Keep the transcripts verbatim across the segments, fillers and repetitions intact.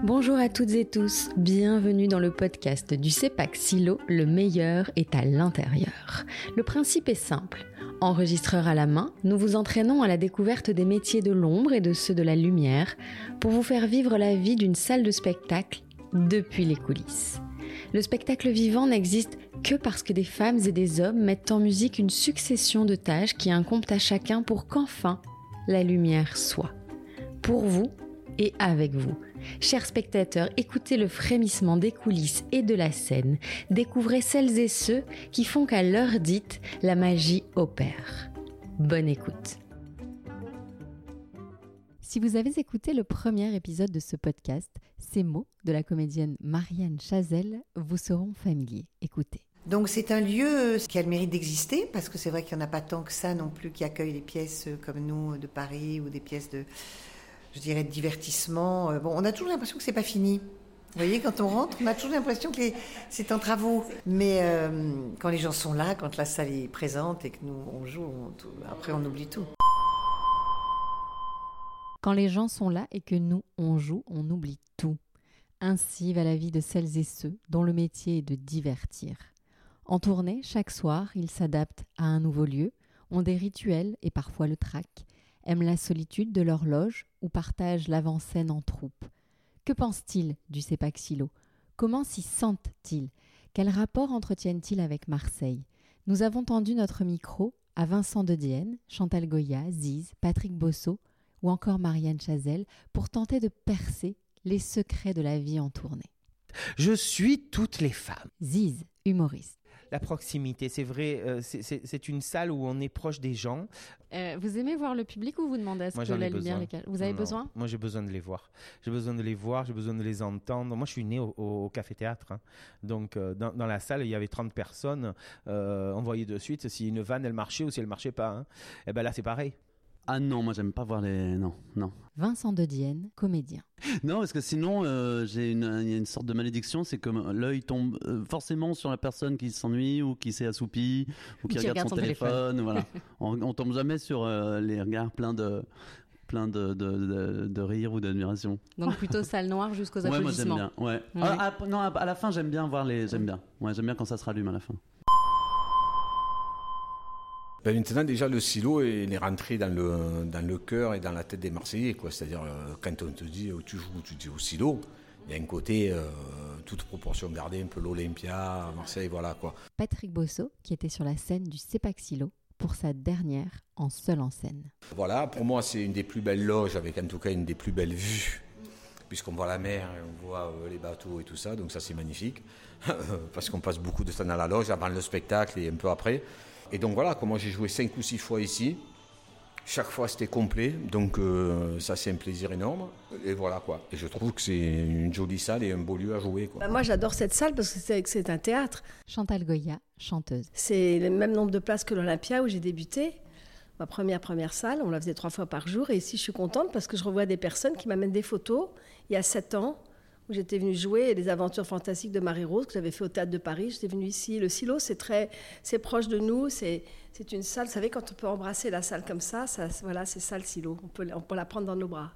Bonjour à toutes et tous, bienvenue dans le podcast du CEPAC Silo, le meilleur est à l'intérieur. Le principe est simple, enregistreur à la main, nous vous entraînons à la découverte des métiers de l'ombre et de ceux de la lumière pour vous faire vivre la vie d'une salle de spectacle depuis les coulisses. Le spectacle vivant n'existe que parce que des femmes et des hommes mettent en musique une succession de tâches qui incombent à chacun pour qu'enfin la lumière soit. Pour vous et avec vous. Chers spectateurs, écoutez le frémissement des coulisses et de la scène. Découvrez celles et ceux qui font qu'à l'heure dite, la magie opère. Bonne écoute. Si vous avez écouté le premier épisode de ce podcast, ces mots de la comédienne Marianne Chazelle vous seront familiers. Écoutez. Donc c'est un lieu qui a le mérite d'exister, parce que c'est vrai qu'il n'y en a pas tant que ça non plus qui accueillent des pièces comme nous de Paris ou des pièces de, je dirais, de divertissement. Bon, on a toujours l'impression que c'est pas fini. Vous voyez, quand on rentre, on a toujours l'impression que les... c'est en travaux. Mais euh, quand les gens sont là, quand la salle est présente et que nous on joue, on... après on oublie tout. Quand les gens sont là et que nous on joue, on oublie tout. Ainsi va la vie de celles et ceux dont le métier est de divertir. En tournée, chaque soir, ils s'adaptent à un nouveau lieu, ont des rituels et parfois le trac, aiment la solitude de leur loge ou partagent l'avant-scène en troupe. Que pensent-ils du CEPAC Silo ? Comment s'y sentent-ils ? Quel rapport entretiennent-ils avec Marseille ? Nous avons tendu notre micro à Vincent de Dienne, Chantal Goya, Ziz, Patrick Bosso ou encore Marianne Chazelle pour tenter de percer les secrets de la vie en tournée. Je suis toutes les femmes. Ziz, humoriste. La proximité, c'est vrai, euh, c'est, c'est, c'est une salle où on est proche des gens. Euh, vous aimez voir le public ou vous demandez à ce Moi, que j'en ai la lumière... besoin. Les... Vous avez Non, besoin ? Moi, j'ai besoin de les voir. J'ai besoin de les voir, j'ai besoin de les entendre. Moi, je suis né au, au, au café-théâtre. Hein. Donc, euh, dans, dans la salle, il y avait trente personnes. Euh, on voyait de suite si une vanne, elle marchait ou si elle ne marchait pas. Hein. Et bien là, c'est pareil. Ah non, moi j'aime pas voir les... Non, non. Vincent de Dienne, comédien. Non, parce que sinon, euh, j'ai une, il y a une sorte de malédiction, c'est que l'œil tombe euh, forcément sur la personne qui s'ennuie ou qui s'est assoupie ou qui, qui regarde, regarde son, son téléphone. téléphone. Voilà. on, on tombe jamais sur euh, les regards pleins de, plein de, de, de, de rire ou d'admiration. Donc plutôt salle noire jusqu'aux ouais, applaudissements. Ouais, moi j'aime bien. Ouais. Ouais. Ah, ah, non, à la fin, j'aime bien voir les... J'aime bien. Ouais, j'aime bien quand ça se rallume à la fin. Ben maintenant, déjà, le silo il est rentré dans le, dans le cœur et dans la tête des Marseillais, quoi. C'est-à-dire, euh, quand on te dit où tu joues, tu dis au silo, il y a un côté, euh, toute proportion gardée, un peu l'Olympia, Marseille, voilà, quoi. Patrick Bosso, qui était sur la scène du CEPAC Silo pour sa dernière en seul en scène. Voilà, pour moi, c'est une des plus belles loges, avec en tout cas une des plus belles vues, puisqu'on voit la mer, et on voit euh, les bateaux et tout ça, donc ça, c'est magnifique, parce qu'on passe beaucoup de temps dans la loge, avant le spectacle et un peu après. Et donc voilà, moi j'ai joué cinq ou six fois ici. Chaque fois c'était complet, donc euh, ça c'est un plaisir énorme. Et voilà quoi. Et je trouve que c'est une jolie salle et un beau lieu à jouer, quoi. Bah moi j'adore cette salle parce que c'est, c'est un théâtre. Chantal Goya, chanteuse. C'est le même nombre de places que l'Olympia où j'ai débuté. Ma première première salle, on la faisait trois fois par jour. Et ici je suis contente parce que je revois des personnes qui m'amènent des photos. Il y a sept ans, où j'étais venue jouer les aventures fantastiques de Marie-Rose que j'avais fait au Théâtre de Paris. J'étais venue ici. Le silo, c'est très, c'est proche de nous. C'est, c'est une salle. Vous savez, quand on peut embrasser la salle comme ça, ça voilà, c'est ça le silo. On peut, on peut la prendre dans nos bras.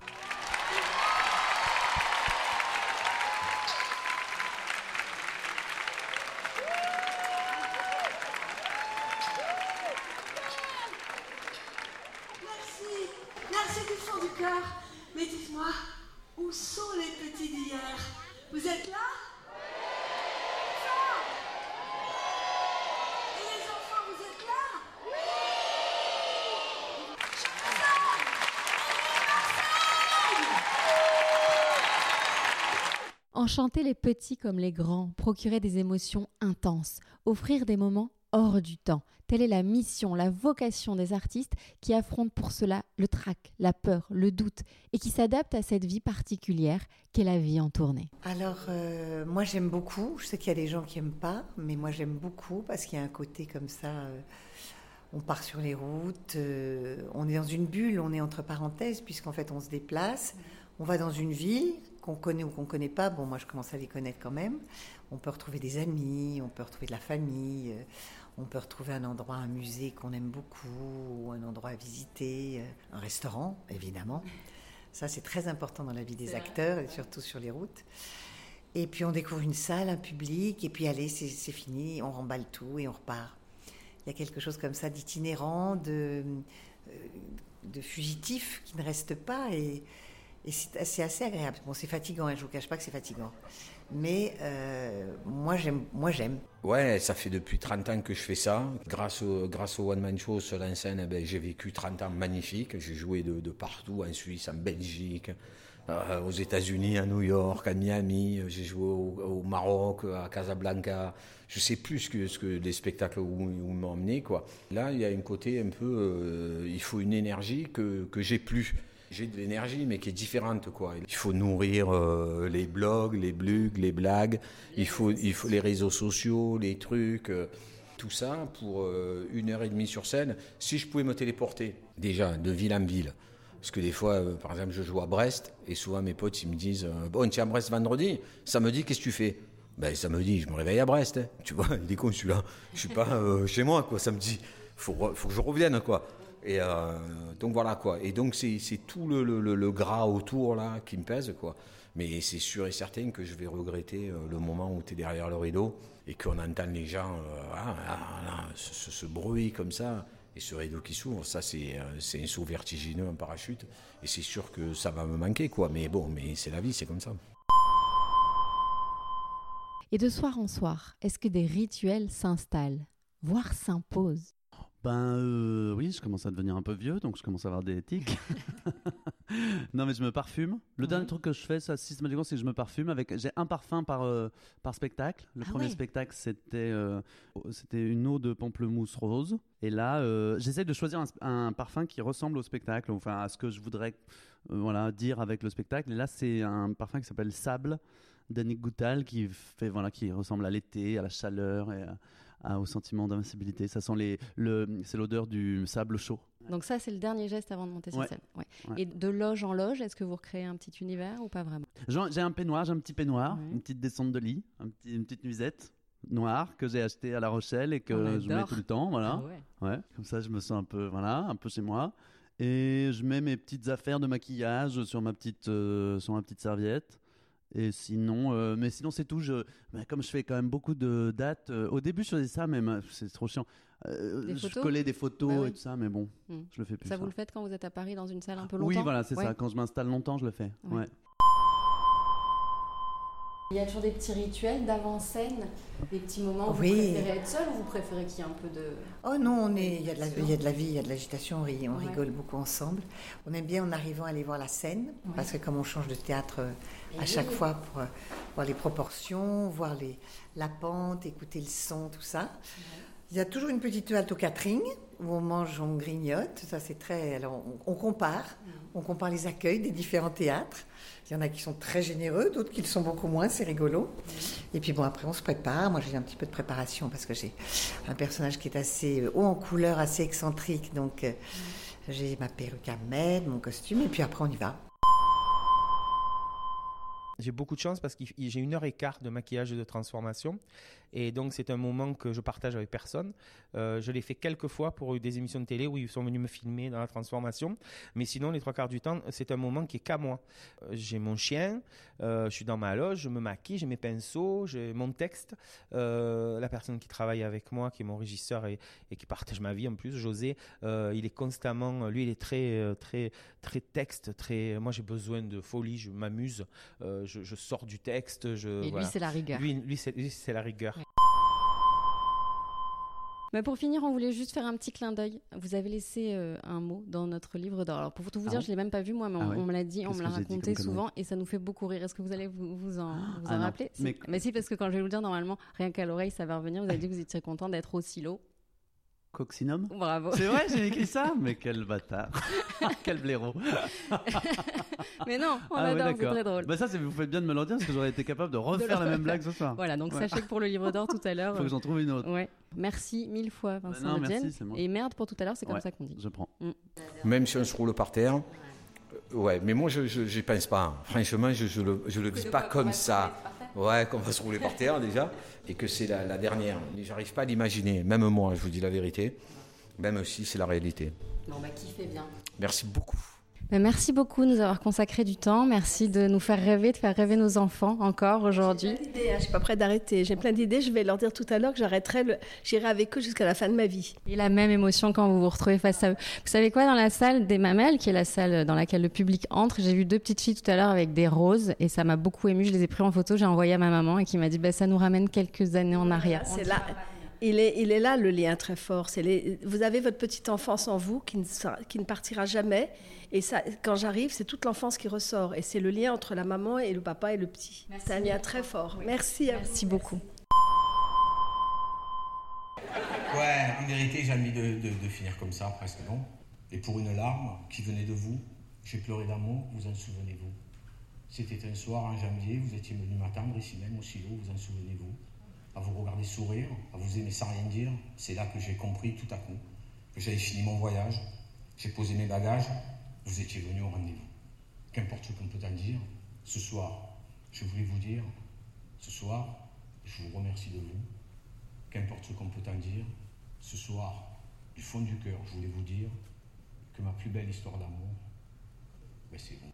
Merci, merci du fond du cœur. Mais dites-moi, où sont les petits d'hier ? Vous êtes là ? Et les enfants, vous êtes là ? Enchanter les petits comme les grands, procurer des émotions intenses, offrir des moments hors du temps. Telle est la mission, la vocation des artistes qui affrontent pour cela le trac, la peur, le doute et qui s'adaptent à cette vie particulière qu'est la vie en tournée. Alors, euh, moi j'aime beaucoup. Je sais qu'il y a des gens qui n'aiment pas, mais moi j'aime beaucoup parce qu'il y a un côté comme ça. Euh, on part sur les routes, euh, on est dans une bulle, on est entre parenthèses puisqu'en fait on se déplace. On va dans une ville qu'on connaît ou qu'on ne connaît pas. Bon, moi je commence à les connaître quand même. On peut retrouver des amis, on peut retrouver de la famille. Euh, On peut retrouver un endroit, un musée qu'on aime beaucoup, ou un endroit à visiter, un restaurant, évidemment. Ça, c'est très important dans la vie des acteurs, et surtout sur les routes. Et puis, on découvre une salle, un public, et puis, allez, c'est, c'est fini, on remballe tout et on repart. Il y a quelque chose comme ça d'itinérant, de, de fugitif qui ne reste pas, et, et c'est, c'est assez agréable. Bon, c'est fatigant, hein, je ne vous cache pas que c'est fatigant. Mais euh, moi, j'aime, moi, j'aime. Ouais, ça fait depuis trente ans que je fais ça. Grâce au, grâce au One Man Show sur la scène, ben, j'ai vécu trente ans magnifiques. J'ai joué de, de partout, en Suisse, en Belgique, euh, aux États-Unis, à New York, à Miami. J'ai joué au, au Maroc, à Casablanca. Je sais plus ce que, ce que les spectacles où, où ils m'ont emmené, quoi. Là, il y a un côté un peu... Euh, il faut une énergie que, que j'ai plus. J'ai de l'énergie, mais qui est différente, quoi. Il faut nourrir euh, les blogs, les blogs, les blagues. Il faut, il faut les réseaux sociaux, les trucs, euh, tout ça pour euh, une heure et demie sur scène. Si je pouvais me téléporter, déjà, de ville en ville. Parce que des fois, euh, par exemple, je joue à Brest, et souvent mes potes, ils me disent euh, « Bon, tu es à Brest vendredi, samedi, qu'est-ce que tu fais ?» Ben, samedi, je me réveille à Brest. Hein. Tu vois, il est con celui-là. Je suis pas euh, chez moi, quoi, samedi. Faut, faut que je revienne, quoi. Et euh, donc voilà quoi. Et donc c'est, c'est tout le, le, le gras autour là qui me pèse quoi. Mais c'est sûr et certain que je vais regretter euh, le moment où tu es derrière le rideau et qu'on entend les gens, euh, ah, ah, ah, ce, ce bruit comme ça et ce rideau qui s'ouvre. Ça c'est, euh, c'est un saut vertigineux en parachute et c'est sûr que ça va me manquer quoi. Mais bon, mais c'est la vie, c'est comme ça. Et de soir en soir, est-ce que des rituels s'installent, voire s'imposent ? Ben euh, oui, je commence à devenir un peu vieux, donc je commence à avoir des tics. Non, mais je me parfume. Le ouais. dernier truc que je fais, ça, systématiquement, c'est que je me parfume. Avec... J'ai un parfum par, euh, par spectacle. Le ah premier ouais. spectacle, c'était, euh, c'était une eau de pamplemousse rose. Et là, euh, j'essaie de choisir un, un parfum qui ressemble au spectacle, enfin à ce que je voudrais euh, voilà, dire avec le spectacle. Et là, c'est un parfum qui s'appelle Sable d'Annick Goutal, qui, fait, voilà, qui ressemble à l'été, à la chaleur et à... Ah, au sentiment d'invincibilité. Ça sent les, le, c'est l'odeur du sable chaud. Donc ça, c'est le dernier geste avant de monter sur ouais. scène. Ouais. Ouais. Et de loge en loge, est-ce que vous recréez un petit univers ou pas vraiment ? Genre, j'ai un peignoir, j'ai un petit peignoir, ouais. une petite descente de lit, un petit, une petite nuisette noire que j'ai achetée à La Rochelle et que On je mets tout le temps. Voilà. Ah ouais. Ouais. Comme ça, je me sens un peu, voilà, un peu chez moi. Et je mets mes petites affaires de maquillage sur ma petite, euh, sur ma petite serviette. Et sinon, euh, mais sinon c'est tout. Je, bah, comme je fais quand même beaucoup de dates, euh, au début je faisais ça, mais euh, c'est trop chiant. Euh, je collais des photos bah oui. et tout ça, mais bon, mmh. je le fais plus. Ça, ça vous le faites quand vous êtes à Paris dans une salle un peu longtemps ? Oui, voilà, c'est ouais. ça. Quand je m'installe longtemps, je le fais. Ouais. Ouais. Il y a toujours des petits rituels d'avant-scène, des petits moments où oui. vous préférez être seul ou vous préférez qu'il y ait un peu de... Oh non, on est, il y a de la, il y a de la vie, il y a de l'agitation, on, rit, on ouais. rigole beaucoup ensemble. On aime bien en arrivant à aller voir la scène, ouais. parce que comme on change de théâtre à chaque oui. fois pour voir les proportions, voir les, la pente, écouter le son, tout ça. Ouais. Il y a toujours une petite halte au catering où on mange, on grignote. Ça, c'est très. Alors, on, on compare, mmh. on compare les accueils des différents théâtres. Il y en a qui sont très généreux, d'autres qui le sont beaucoup moins. C'est rigolo. Mmh. Et puis bon, après, on se prépare. Moi, j'ai un petit peu de préparation parce que j'ai un personnage qui est assez haut en couleur, assez excentrique. Donc, mmh. j'ai ma perruque à mettre, mon costume, et puis après, on y va. J'ai beaucoup de chance parce que j'ai une heure et quart de maquillage et de transformation. Et donc, c'est un moment que je partage avec personne. Euh, je l'ai fait quelques fois pour des émissions de télé où ils sont venus me filmer dans la transformation. Mais sinon, les trois quarts du temps, c'est un moment qui est qu'à moi. Euh, j'ai mon chien, euh, je suis dans ma loge, je me maquille, j'ai mes pinceaux, j'ai mon texte. Euh, la personne qui travaille avec moi, qui est mon régisseur et, et qui partage ma vie en plus, José, euh, il est constamment, lui, il est très, très, très texte. Très, moi, j'ai besoin de folie, je m'amuse. Euh, Je, je sors du texte. Je, et lui, voilà. c'est la rigueur. Lui, lui, c'est, lui c'est la rigueur. Ouais. Mais pour finir, on voulait juste faire un petit clin d'œil. Vous avez laissé euh, un mot dans notre livre d'or. Alors, pour tout vous dire, ah, je ne l'ai même pas vu, moi, mais on, ah ouais. on me l'a dit, Qu'est-ce on me l'a raconté souvent, et ça nous fait beaucoup rire. Est-ce que vous allez vous, vous en, vous ah en rappeler mais... mais si, parce que quand je vais vous le dire, normalement, rien qu'à l'oreille, ça va revenir. Vous avez dit que vous étiez content d'être au silo. Coccinum. Bravo. C'est vrai, j'ai écrit ça. Mais quel bâtard. Quel blaireau. Mais non, on ah adore, ouais, c'est très drôle. Bah ça, c'est, vous faites bien de me le dire parce que j'aurais été capable de refaire de la même blague ce soir. Voilà, donc ouais. sachez que pour le livre d'or tout à l'heure. Faut que j'en trouve une autre. Ouais. Merci mille fois, Vincent bah non, Ledienne. merci, c'est moi. Et merde pour tout à l'heure, c'est comme ouais, ça qu'on dit. Je prends. Mm. Même si on se roule par terre. Ouais, mais moi, je n'y pense pas. Franchement, je ne le, je le vis pas comme ça. Ouais, qu'on va se rouler par terre déjà. Et que c'est la, la dernière. J'arrive pas à l'imaginer. Même moi, je vous dis la vérité. Même si c'est la réalité. Bon, bah, kiffez bien. Merci beaucoup. Merci beaucoup de nous avoir consacré du temps. Merci de nous faire rêver, de faire rêver nos enfants encore aujourd'hui. J'ai plein d'idées, hein. Je ne suis pas prête d'arrêter. J'ai plein d'idées. Je vais leur dire tout à l'heure que j'arrêterai. Le... J'irai avec eux jusqu'à la fin de ma vie. Et la même émotion quand vous vous retrouvez face à eux. Vous savez quoi, dans la salle des mamelles, qui est la salle dans laquelle le public entre, j'ai vu deux petites filles tout à l'heure avec des roses et ça m'a beaucoup émue. Je les ai pris en photo, j'ai envoyé à ma maman et qui m'a dit bah, ça nous ramène quelques années en arrière. C'est là. Il est, il est là le lien très fort. C'est les, vous avez votre petite enfance en vous qui ne, qui ne partira jamais. Et ça, quand j'arrive, c'est toute l'enfance qui ressort. Et c'est le lien entre la maman et le papa et le petit. Merci. C'est un lien très fort. Oui. Merci à Merci vous. beaucoup. Ouais, en vérité, j'ai envie de, de, de finir comme ça, presque, non? Et pour une larme qui venait de vous, j'ai pleuré d'amour, vous en souvenez-vous? C'était un soir en janvier, vous étiez venu m'attendre ici même au silo, vous en souvenez-vous? À vous regarder sourire, à vous aimer sans rien dire, c'est là que j'ai compris tout à coup que j'avais fini mon voyage, j'ai posé mes bagages, vous étiez venu au rendez-vous. Qu'importe ce qu'on peut en dire, ce soir, je voulais vous dire, ce soir, je vous remercie de vous. Qu'importe ce qu'on peut en dire, ce soir, du fond du cœur, je voulais vous dire que ma plus belle histoire d'amour, ben c'est vous.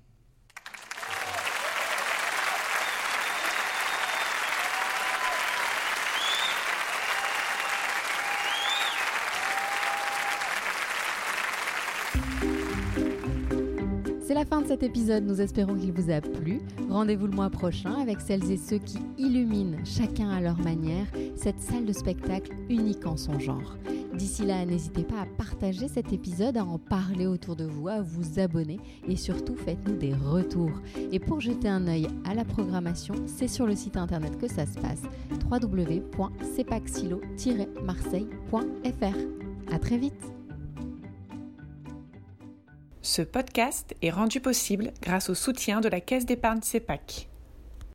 C'est la fin de cet épisode, nous espérons qu'il vous a plu. Rendez-vous le mois prochain avec celles et ceux qui illuminent, chacun à leur manière, cette salle de spectacle unique en son genre. D'ici là, n'hésitez pas à partager cet épisode, à en parler autour de vous, à vous abonner et surtout faites-nous des retours. Et pour jeter un œil à la programmation, c'est sur le site internet que ça se passe, w w w point sepacsilo tiret marseille point f r. À très vite. Ce podcast est rendu possible grâce au soutien de la Caisse d'épargne CEPAC.